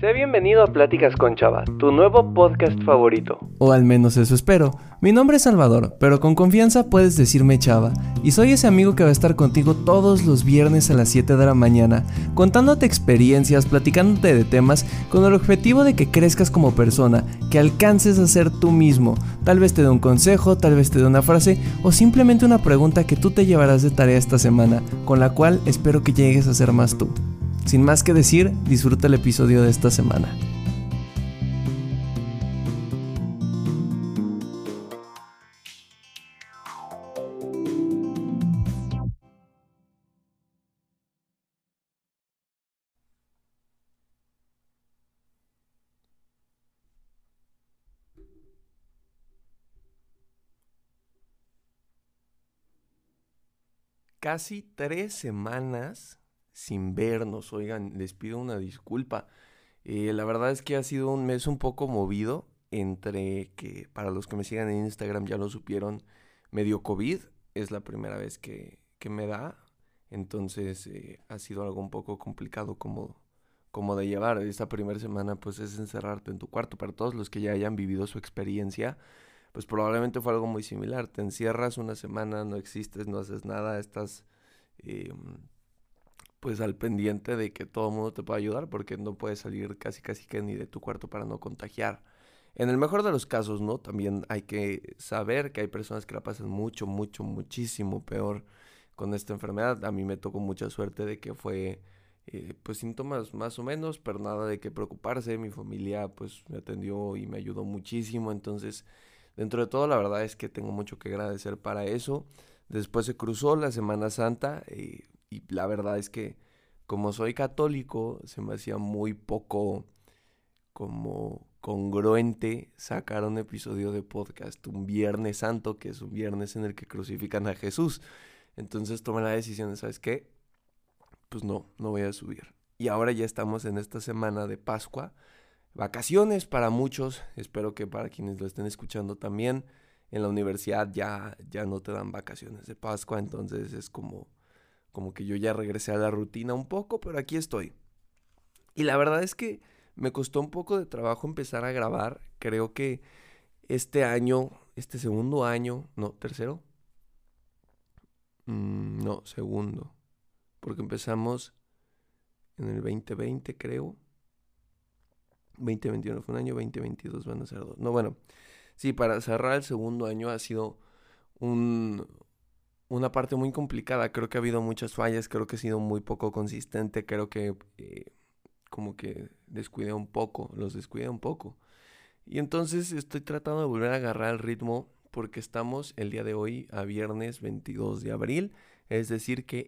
Sé bienvenido a Pláticas con Chava, tu nuevo podcast favorito. O al menos eso espero. Mi nombre es Salvador, pero con confianza puedes decirme Chava. Y soy ese amigo que va a estar contigo todos los viernes a las 7 de la mañana, contándote experiencias, platicándote de temas, con el objetivo de que crezcas como persona, que alcances a ser tú mismo. Tal vez te dé un consejo, tal vez te dé una frase, o simplemente una pregunta que tú te llevarás de tarea esta semana, con la cual espero que llegues a ser más tú. Sin más que decir, disfruta el episodio de esta semana. Casi 3 semanas sin vernos, oigan, les pido una disculpa. La verdad es que ha sido un mes un poco movido, entre que para los que me sigan en Instagram ya lo supieron, me dio COVID, es la primera vez que me da, entonces ha sido algo un poco complicado como de llevar. Esta primera semana pues es encerrarte en tu cuarto. Para todos los que ya hayan vivido su experiencia, pues probablemente fue algo muy similar. Te encierras una semana, no existes, no haces nada, estás eh, pues al pendiente de que todo el mundo te pueda ayudar, porque no puedes salir casi que ni de tu cuarto para no contagiar. En el mejor de los casos, ¿no? También hay que saber que hay personas que la pasan muchísimo peor con esta enfermedad. A mí me tocó mucha suerte de que fue pues síntomas más o menos, pero nada de qué preocuparse. Mi familia pues me atendió y me ayudó muchísimo. Entonces, dentro de todo, la verdad es que tengo mucho que agradecer para eso. Después se cruzó la Semana Santa y la verdad es que como soy católico, se me hacía muy poco como congruente sacar un episodio de podcast un Viernes Santo, que es un viernes en el que crucifican a Jesús. Entonces tomé la decisión de, ¿sabes qué? Pues no voy a subir. Y ahora ya estamos en esta semana de Pascua. Vacaciones para muchos, espero que para quienes lo estén escuchando también. En la universidad ya no te dan vacaciones de Pascua, entonces es como que yo ya regresé a la rutina un poco, pero aquí estoy. Y la verdad es que me costó un poco de trabajo empezar a grabar. Creo que este año, este segundo año, no, tercero, no, segundo, porque empezamos en el 2020, creo. 2021 fue un año, 2022 van a ser dos. No, bueno, sí, para cerrar el segundo año ha sido un, una parte muy complicada. Creo que ha habido muchas fallas, creo que he sido muy poco consistente, creo que como que los descuidé un poco. Y entonces estoy tratando de volver a agarrar el ritmo porque estamos el día de hoy a viernes 22 de abril. Es decir que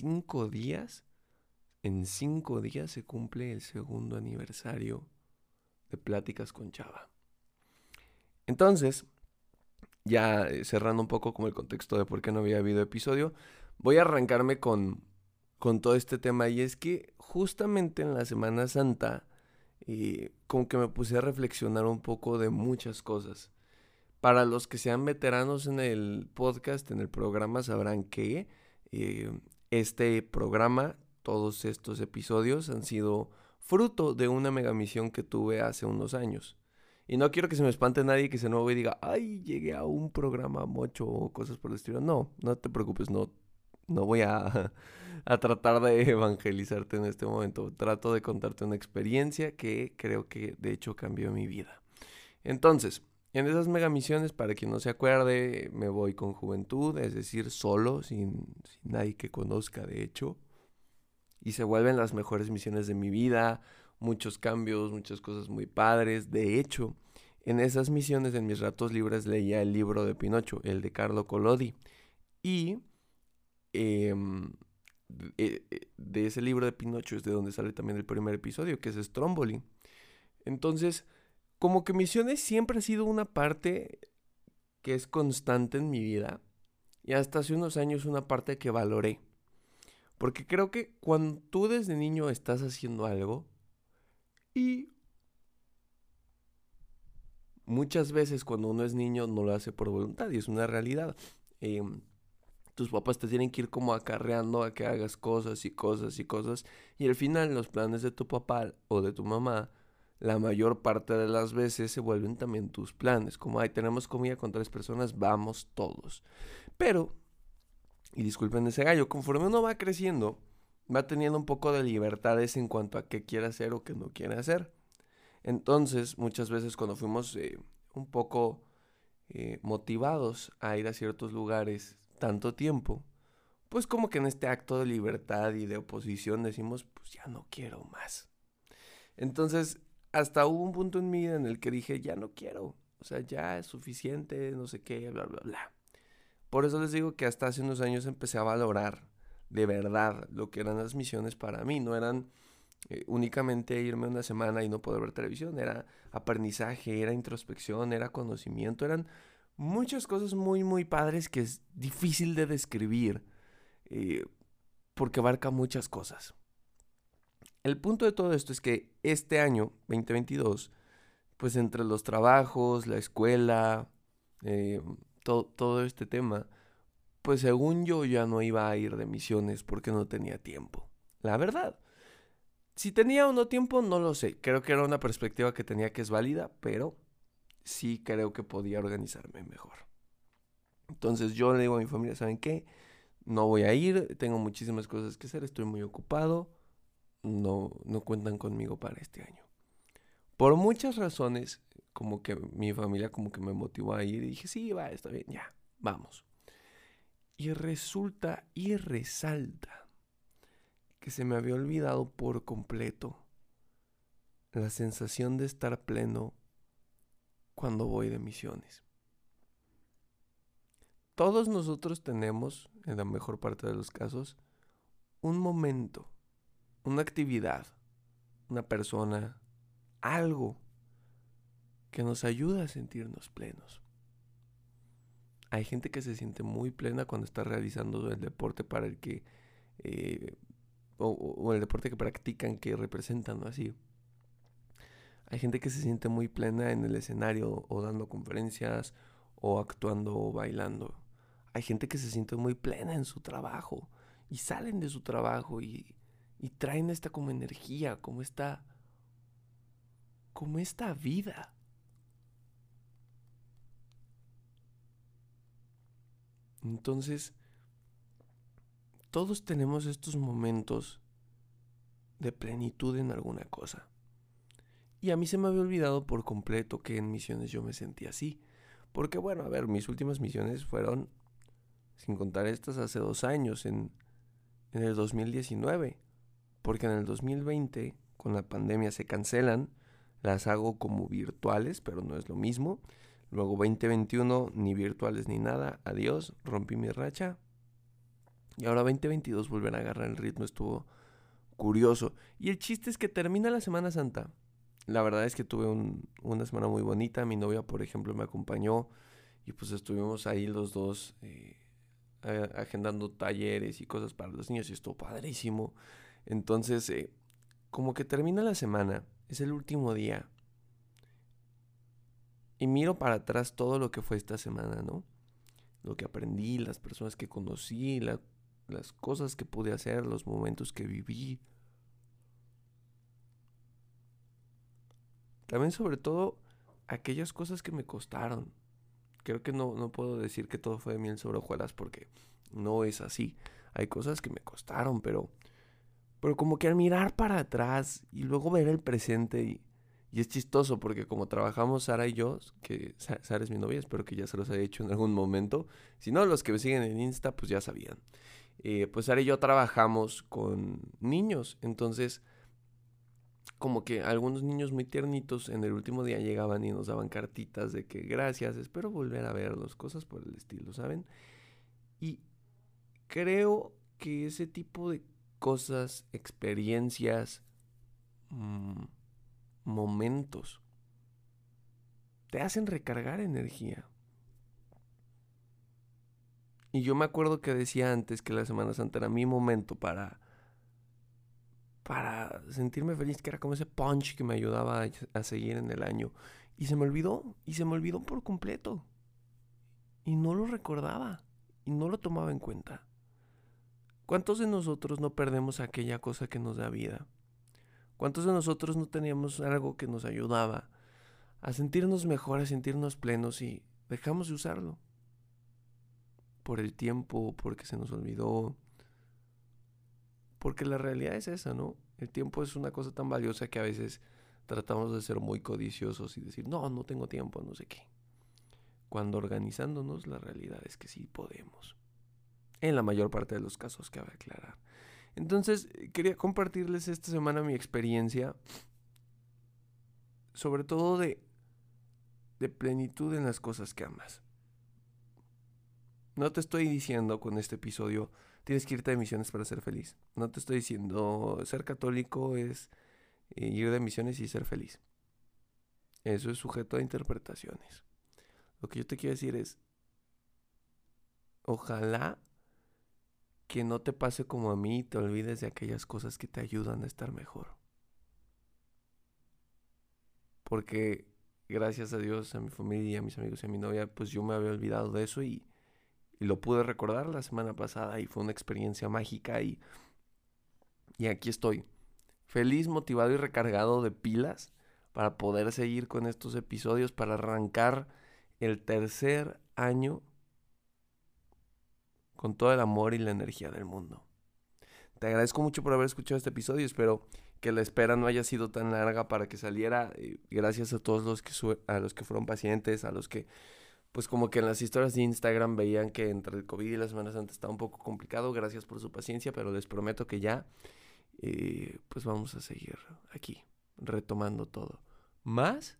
en cinco días se cumple el segundo aniversario de Pláticas con Chava. Entonces, ya cerrando un poco como el contexto de por qué no había habido episodio, voy a arrancarme con todo este tema. Y es que justamente en la Semana Santa, como que me puse a reflexionar un poco de muchas cosas. Para los que sean veteranos en el podcast, en el programa, sabrán que eh, este programa, todos estos episodios han sido fruto de una mega misión que tuve hace unos años. Y no quiero que se me espante nadie que se nuevo y diga, ay, llegué a un programa mocho o cosas por el estilo. No te preocupes, no voy a tratar de evangelizarte en este momento. Trato de contarte una experiencia que creo que de hecho cambió mi vida. Entonces, en esas megamisiones, para quien no se acuerde, me voy con juventud, es decir, solo, sin nadie que conozca, de hecho. Y se vuelven las mejores misiones de mi vida, muchos cambios, muchas cosas muy padres. De hecho, en esas misiones, en mis ratos libres, leía el libro de Pinocho, el de Carlo Collodi. Y em, de ese libro de Pinocho es de donde sale también el primer episodio, que es Stromboli. Entonces, como que misiones siempre ha sido una parte que es constante en mi vida y hasta hace unos años una parte que valoré. Porque creo que cuando tú desde niño estás haciendo algo y muchas veces cuando uno es niño no lo hace por voluntad y es una realidad. Eh, tus papás te tienen que ir como acarreando a que hagas cosas y cosas y cosas. Y al final los planes de tu papá o de tu mamá, la mayor parte de las veces se vuelven también tus planes. Como, ay, tenemos comida con 3 personas, vamos todos. Pero, y disculpen ese gallo, conforme uno va creciendo, va teniendo un poco de libertades en cuanto a qué quiere hacer o qué no quiere hacer. Entonces, muchas veces cuando fuimos un poco motivados a ir a ciertos lugares tanto tiempo, pues como que en este acto de libertad y de oposición decimos, pues ya no quiero más. Entonces, hasta hubo un punto en mi vida en el que dije, ya no quiero, o sea, ya es suficiente, no sé qué, bla, bla, bla. Por eso les digo que hasta hace unos años empecé a valorar de verdad lo que eran las misiones para mí. No eran únicamente irme una semana y no poder ver televisión, era aprendizaje, era introspección, era conocimiento, eran muchas cosas muy, muy padres que es difícil de describir eh, porque abarca muchas cosas. El punto de todo esto es que este año, 2022, pues entre los trabajos, la escuela, eh, todo este tema, pues según yo ya no iba a ir de misiones porque no tenía tiempo. La verdad. Si tenía o no tiempo, no lo sé. Creo que era una perspectiva que tenía que es válida, pero sí creo que podía organizarme mejor. Entonces yo le digo a mi familia, ¿saben qué? No voy a ir, tengo muchísimas cosas que hacer, estoy muy ocupado, no cuentan conmigo para este año. Por muchas razones, como que mi familia como que me motivó a ir y dije, sí, va, está bien, ya, vamos. Y resulta y resalta que se me había olvidado por completo la sensación de estar pleno cuando voy de misiones. Todos nosotros tenemos, en la mejor parte de los casos, un momento, una actividad, una persona, algo que nos ayuda a sentirnos plenos. Hay gente que se siente muy plena cuando está realizando el deporte para el que, eh, o el deporte que practican, que representan, ¿no? Así. Hay gente que se siente muy plena en el escenario o dando conferencias o actuando o bailando. Hay gente que se siente muy plena en su trabajo y salen de su trabajo y traen esta como energía, como esta vida. Entonces, todos tenemos estos momentos de plenitud en alguna cosa. Y a mí se me había olvidado por completo que en misiones yo me sentía así. Porque bueno, a ver, mis últimas misiones fueron, sin contar estas, hace 2 años, en el 2019. Porque en el 2020, con la pandemia, se cancelan. Las hago como virtuales, pero no es lo mismo. Luego 2021, ni virtuales ni nada. Adiós, rompí mi racha. Y ahora 2022 volver a agarrar el ritmo estuvo curioso. Y el chiste es que termina la Semana Santa. La verdad es que tuve una semana muy bonita. Mi novia, por ejemplo, me acompañó. Y pues estuvimos ahí los dos agendando talleres y cosas para los niños. Y estuvo padrísimo. Entonces, como que termina la semana. Es el último día. Y miro para atrás todo lo que fue esta semana, ¿no? Lo que aprendí, las personas que conocí, las cosas que pude hacer, los momentos que viví. También sobre todo aquellas cosas que me costaron. Creo que no puedo decir que todo fue de miel sobre hojuelas porque no es así. Hay cosas que me costaron, pero como que al mirar para atrás y luego ver el presente y es chistoso porque como trabajamos Sara y yo, que Sara es mi novia, espero que ya se los haya hecho en algún momento. Si no, los que me siguen en Insta pues ya sabían. Pues Sara y yo trabajamos con niños, entonces como que algunos niños muy tiernitos en el último día llegaban y nos daban cartitas de que gracias, espero volver a verlos, cosas por el estilo, ¿saben? Y creo que ese tipo de cosas, experiencias, mmm, momentos, te hacen recargar energía. Y yo me acuerdo que decía antes que la Semana Santa era mi momento para sentirme feliz, que era como ese punch que me ayudaba a seguir en el año. Y se me olvidó por completo. Y no lo recordaba. y no lo tomaba en cuenta. ¿Cuántos de nosotros no perdemos aquella cosa que nos da vida? ¿Cuántos de nosotros no teníamos algo que nos ayudaba a sentirnos mejor, a sentirnos plenos y dejamos de usarlo? Por el tiempo, porque se nos olvidó. Porque la realidad es esa, ¿no? El tiempo es una cosa tan valiosa que a veces tratamos de ser muy codiciosos y decir, no, no tengo tiempo, no sé qué. Cuando organizándonos, la realidad es que sí podemos. En la mayor parte de los casos, cabe aclarar. Entonces, quería compartirles esta semana mi experiencia, sobre todo de plenitud en las cosas que amas. No te estoy diciendo con este episodio, tienes que irte de misiones para ser feliz. No te estoy diciendo, ser católico es ir de misiones y ser feliz. Eso es sujeto a interpretaciones. Lo que yo te quiero decir es, ojalá que no te pase como a mí y te olvides de aquellas cosas que te ayudan a estar mejor. Porque gracias a Dios, a mi familia, a mis amigos y a mi novia, pues yo me había olvidado de eso y lo pude recordar la semana pasada y fue una experiencia mágica y aquí estoy, feliz, motivado y recargado de pilas para poder seguir con estos episodios, para arrancar el tercer año con todo el amor y la energía del mundo. Te agradezco mucho por haber escuchado este episodio. Espero que la espera no haya sido tan larga para que saliera. Gracias a todos los que fueron pacientes, a los que, pues como que en las historias de Instagram veían que entre el COVID y la Semana Santa estaba un poco complicado. Gracias por su paciencia, pero les prometo que ya, pues vamos a seguir aquí, retomando todo. Más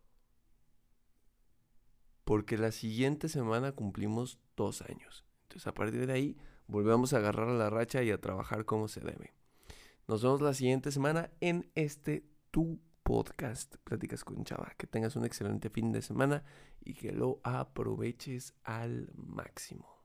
porque la siguiente semana cumplimos 2 años. Entonces a partir de ahí volvemos a agarrar la racha y a trabajar como se debe. Nos vemos la siguiente semana en tu podcast, Pláticas con Chava. Que tengas un excelente fin de semana y que lo aproveches al máximo.